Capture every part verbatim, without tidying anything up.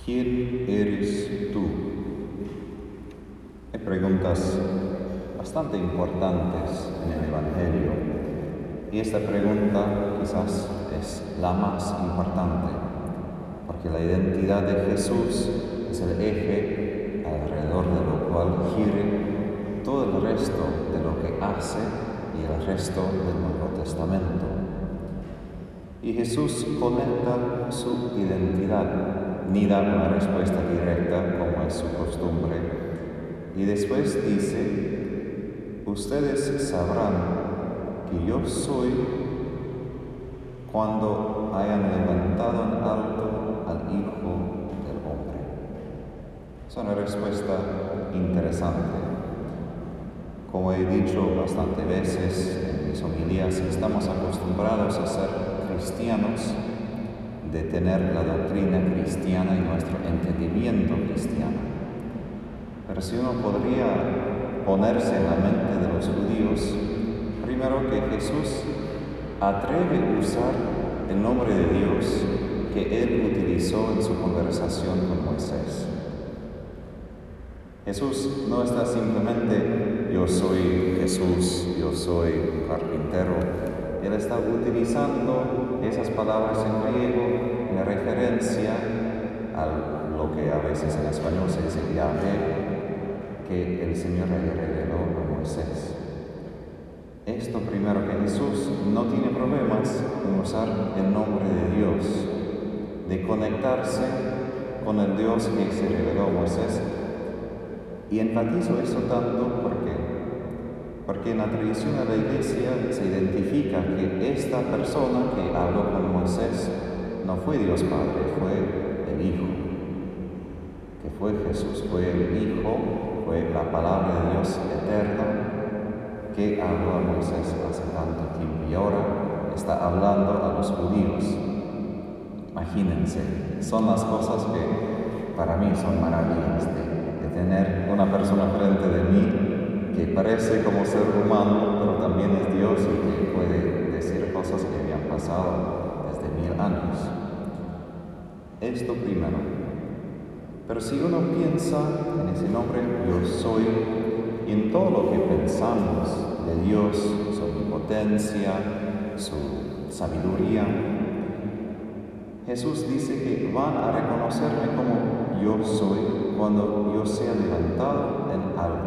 ¿Quién eres tú? Hay preguntas bastante importantes en el Evangelio y esta pregunta quizás es la más importante porque la identidad de Jesús es el eje alrededor de lo cual gire todo el resto de lo que hace y el resto del Nuevo Testamento. Y Jesús conecta su identidad, ni da una respuesta directa como es su costumbre. Y después dice, ustedes sabrán que yo soy cuando hayan levantado en alto al Hijo del Hombre. Es una respuesta interesante. Como he dicho bastante veces en mis homilías, estamos acostumbrados a ser cristianos, de tener la doctrina cristiana y nuestro entendimiento cristiano. Pero si uno podría ponerse en la mente de los judíos, primero que Jesús atreve a usar el nombre de Dios que él utilizó en su conversación con Moisés. Jesús no está simplemente yo soy Jesús, yo soy un carpintero. Él está utilizando esas palabras en griego en referencia a lo que a veces en español se dice Yahvé, que el Señor le reveló a Moisés. Esto primero, que Jesús no tiene problemas en usar el nombre de Dios, de conectarse con el Dios que se reveló a Moisés. Y enfatizo eso tanto porque Porque en la tradición de la Iglesia se identifica que esta persona que habló con Moisés no fue Dios Padre, fue el Hijo. Que fue Jesús, fue el Hijo, fue la palabra de Dios eterna que habló a Moisés hace tanto tiempo. Y ahora está hablando a los judíos. Imagínense, son las cosas que para mí son maravillas de, de tener una persona frente de mí que parece como ser humano, pero también es Dios y que puede decir cosas que habían pasado desde mil años. Esto primero. Pero si uno piensa en ese nombre, yo soy, y en todo lo que pensamos de Dios, su omnipotencia, su sabiduría, Jesús dice que van a reconocerme como yo soy cuando yo sea levantado en alto.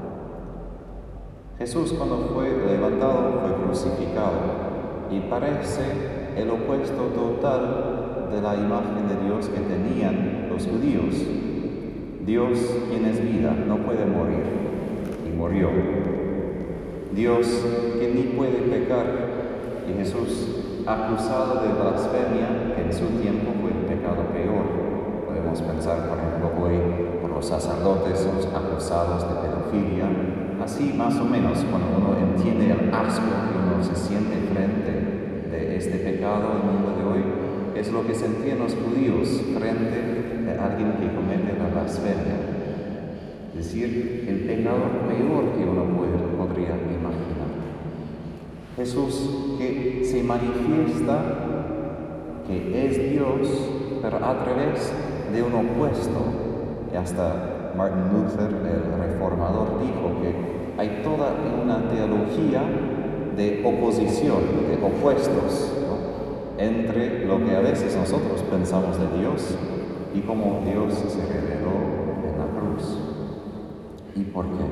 Jesús, cuando fue levantado, fue crucificado y parece el opuesto total de la imagen de Dios que tenían los judíos. Dios, quien es vida, no puede morir y murió. Dios, que ni puede pecar, y Jesús, acusado de blasfemia, que en su tiempo fue el pecado peor. Podemos pensar, por ejemplo, hoy por los sacerdotes, los acusados de pedofilia. Así más o menos, cuando uno entiende el asco que uno se siente frente de este pecado en el mundo de hoy, es lo que sentían los judíos frente a alguien que comete la blasfemia. Es decir, el pecado peor que uno puede, podría imaginar. Jesús, que se manifiesta que es Dios, pero a través de un opuesto. Y hasta Martin Luther, el reformador, dijo que hay toda una teología de oposición, de opuestos, ¿no?, entre lo que a veces nosotros pensamos de Dios y cómo Dios se reveló en la cruz. ¿Y por qué?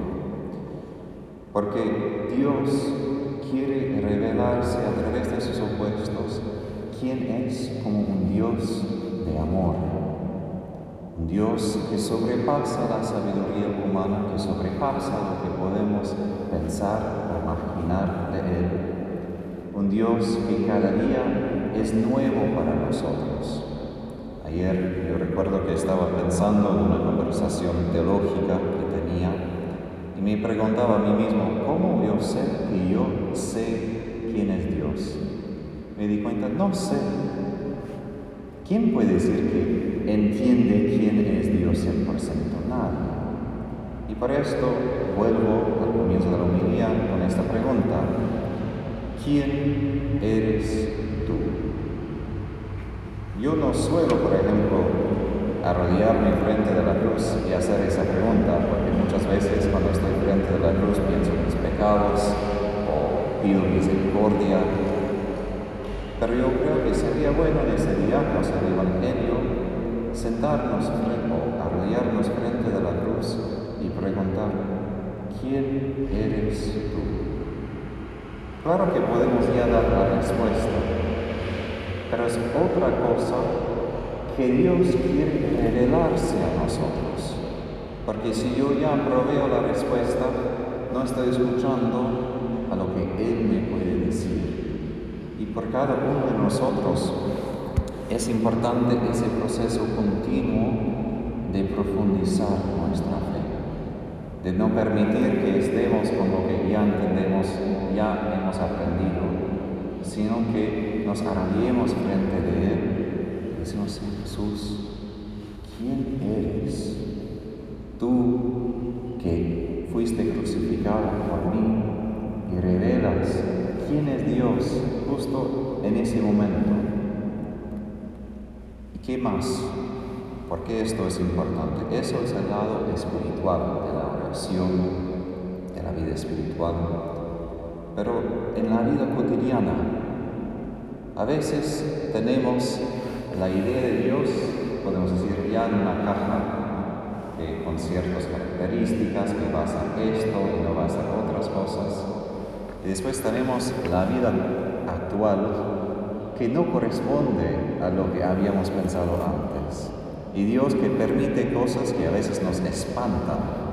Porque Dios quiere revelarse a través de sus opuestos quién es como un Dios de amor. Un Dios que sobrepasa la sabiduría humana, que sobrepasa lo que podemos pensar o imaginar de Él. Un Dios que cada día es nuevo para nosotros. Ayer yo recuerdo que estaba pensando en una conversación teológica que tenía y me preguntaba a mí mismo, ¿cómo yo sé que yo sé quién es Dios? Me di cuenta, no sé. ¿Quién puede decir que entiende quién es Dios cien por ciento? Nadie. Y para esto vuelvo al comienzo de la homilía con esta pregunta. ¿Quién eres tú? Yo no suelo, por ejemplo, arrodillarme frente de la cruz y hacer esa pregunta, porque muchas veces cuando estoy frente de la cruz pienso en mis pecados o pido misericordia. Pero yo creo que sería bueno en ese diálogo del Evangelio sentarnos frente, o arrodillarnos frente de la cruz y preguntar, ¿quién eres tú? Claro que podemos ya dar la respuesta, pero es otra cosa que Dios quiere revelarse a nosotros. Porque si yo ya proveo la respuesta, no estoy escuchando a lo que Él me puede decir. Y por cada uno de nosotros es importante ese proceso continuo de profundizar nuestra fe, de no permitir que estemos con lo que ya entendemos, ya hemos aprendido, sino que nos arrodillemos frente de Él. Decimos, Jesús, ¿quién eres? Tú que fuiste crucificado por mí y revelas quién es Dios justo en ese momento. ¿Y qué más? ¿Por qué esto es importante? Eso es el lado espiritual de la oración, de la vida espiritual. Pero en la vida cotidiana, a veces tenemos la idea de Dios, podemos decir, ya en una caja que, con ciertas características, que va a hacer esto y no va a hacer otras cosas. Y después tenemos la vida actual que no corresponde a lo que habíamos pensado antes. Y Dios que permite cosas que a veces nos espantan.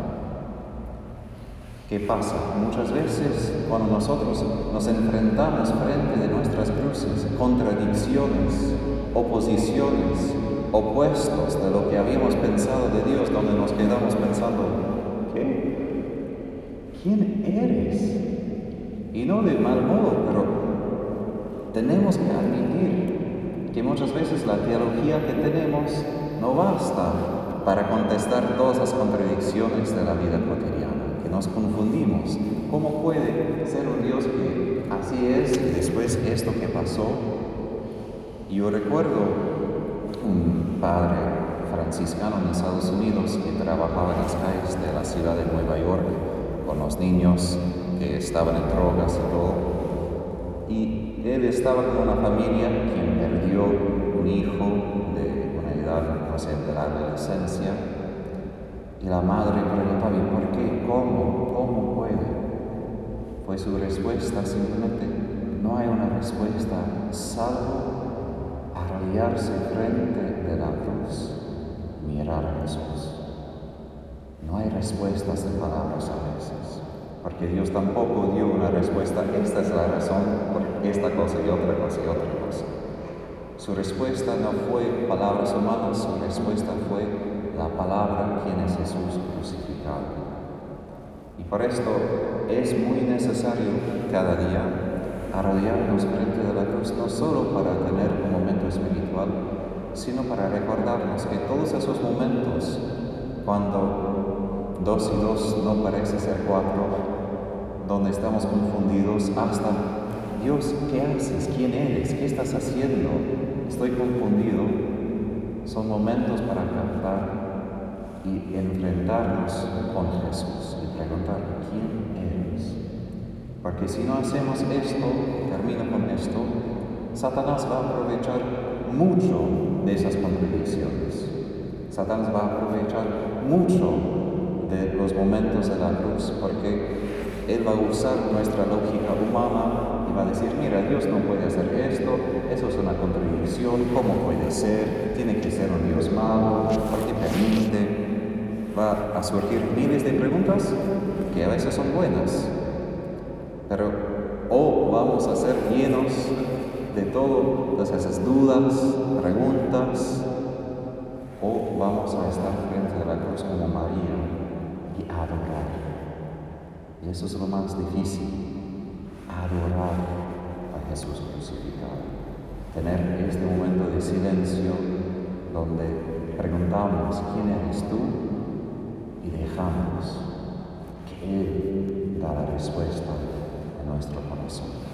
¿Qué pasa? Muchas veces cuando nosotros nos enfrentamos frente de nuestras cruces, contradicciones, oposiciones, opuestos de lo que habíamos pensado de Dios, donde nos quedamos pensando, ¿qué? ¿Quién eres? Y no de mal modo, pero tenemos que admitir que muchas veces la teología que tenemos no basta para contestar todas las contradicciones de la vida cotidiana, que nos confundimos. ¿Cómo puede ser un Dios que así es y después esto que pasó? Y yo recuerdo un padre franciscano en Estados Unidos que trabajaba en las calles de la ciudad de Nueva York con los niños que estaban en drogas y todo. Y él estaba con una familia quien perdió un hijo de una edad, no sé, de la adolescencia. Y la madre preguntaba, ¿y por qué? ¿Cómo? ¿Cómo puede? Pues su respuesta simplemente, no hay una respuesta salvo arrodillarse frente de la cruz, mirar a Jesús. No hay respuestas en palabras a veces, porque Dios tampoco dio una respuesta, esta es la razón por esta cosa y otra cosa y otra cosa. Su respuesta no fue palabras humanas, su respuesta fue la palabra, quien es Jesús crucificado. Y por esto es muy necesario cada día arrodillarnos frente de la cruz, no solo para tener un momento espiritual, sino para recordarnos que todos esos momentos, cuando dos y dos no parece ser cuatro, donde estamos confundidos, hasta Dios, ¿qué haces? ¿Quién eres? ¿Qué estás haciendo? Estoy confundido. Son momentos para cantar y enfrentarnos con Jesús y preguntar, ¿quién eres? Porque si no hacemos esto, termino con esto, Satanás va a aprovechar mucho de esas contradicciones. Satanás va a aprovechar mucho de los momentos de la cruz, porque él va a usar nuestra lógica humana y va a decir, mira, Dios no puede hacer esto, eso es una contradicción, ¿cómo puede ser? Tiene que ser un Dios malo, ¿por qué permite? Va a surgir miles de preguntas que a veces son buenas, pero o vamos a ser llenos de todas esas dudas, preguntas, o vamos a estar frente a la cruz como María y adorar. Y eso es lo más difícil, adorar a Jesús crucificado. Tener este momento de silencio donde preguntamos, ¿quién eres tú? Y dejamos que Él da la respuesta a nuestro corazón.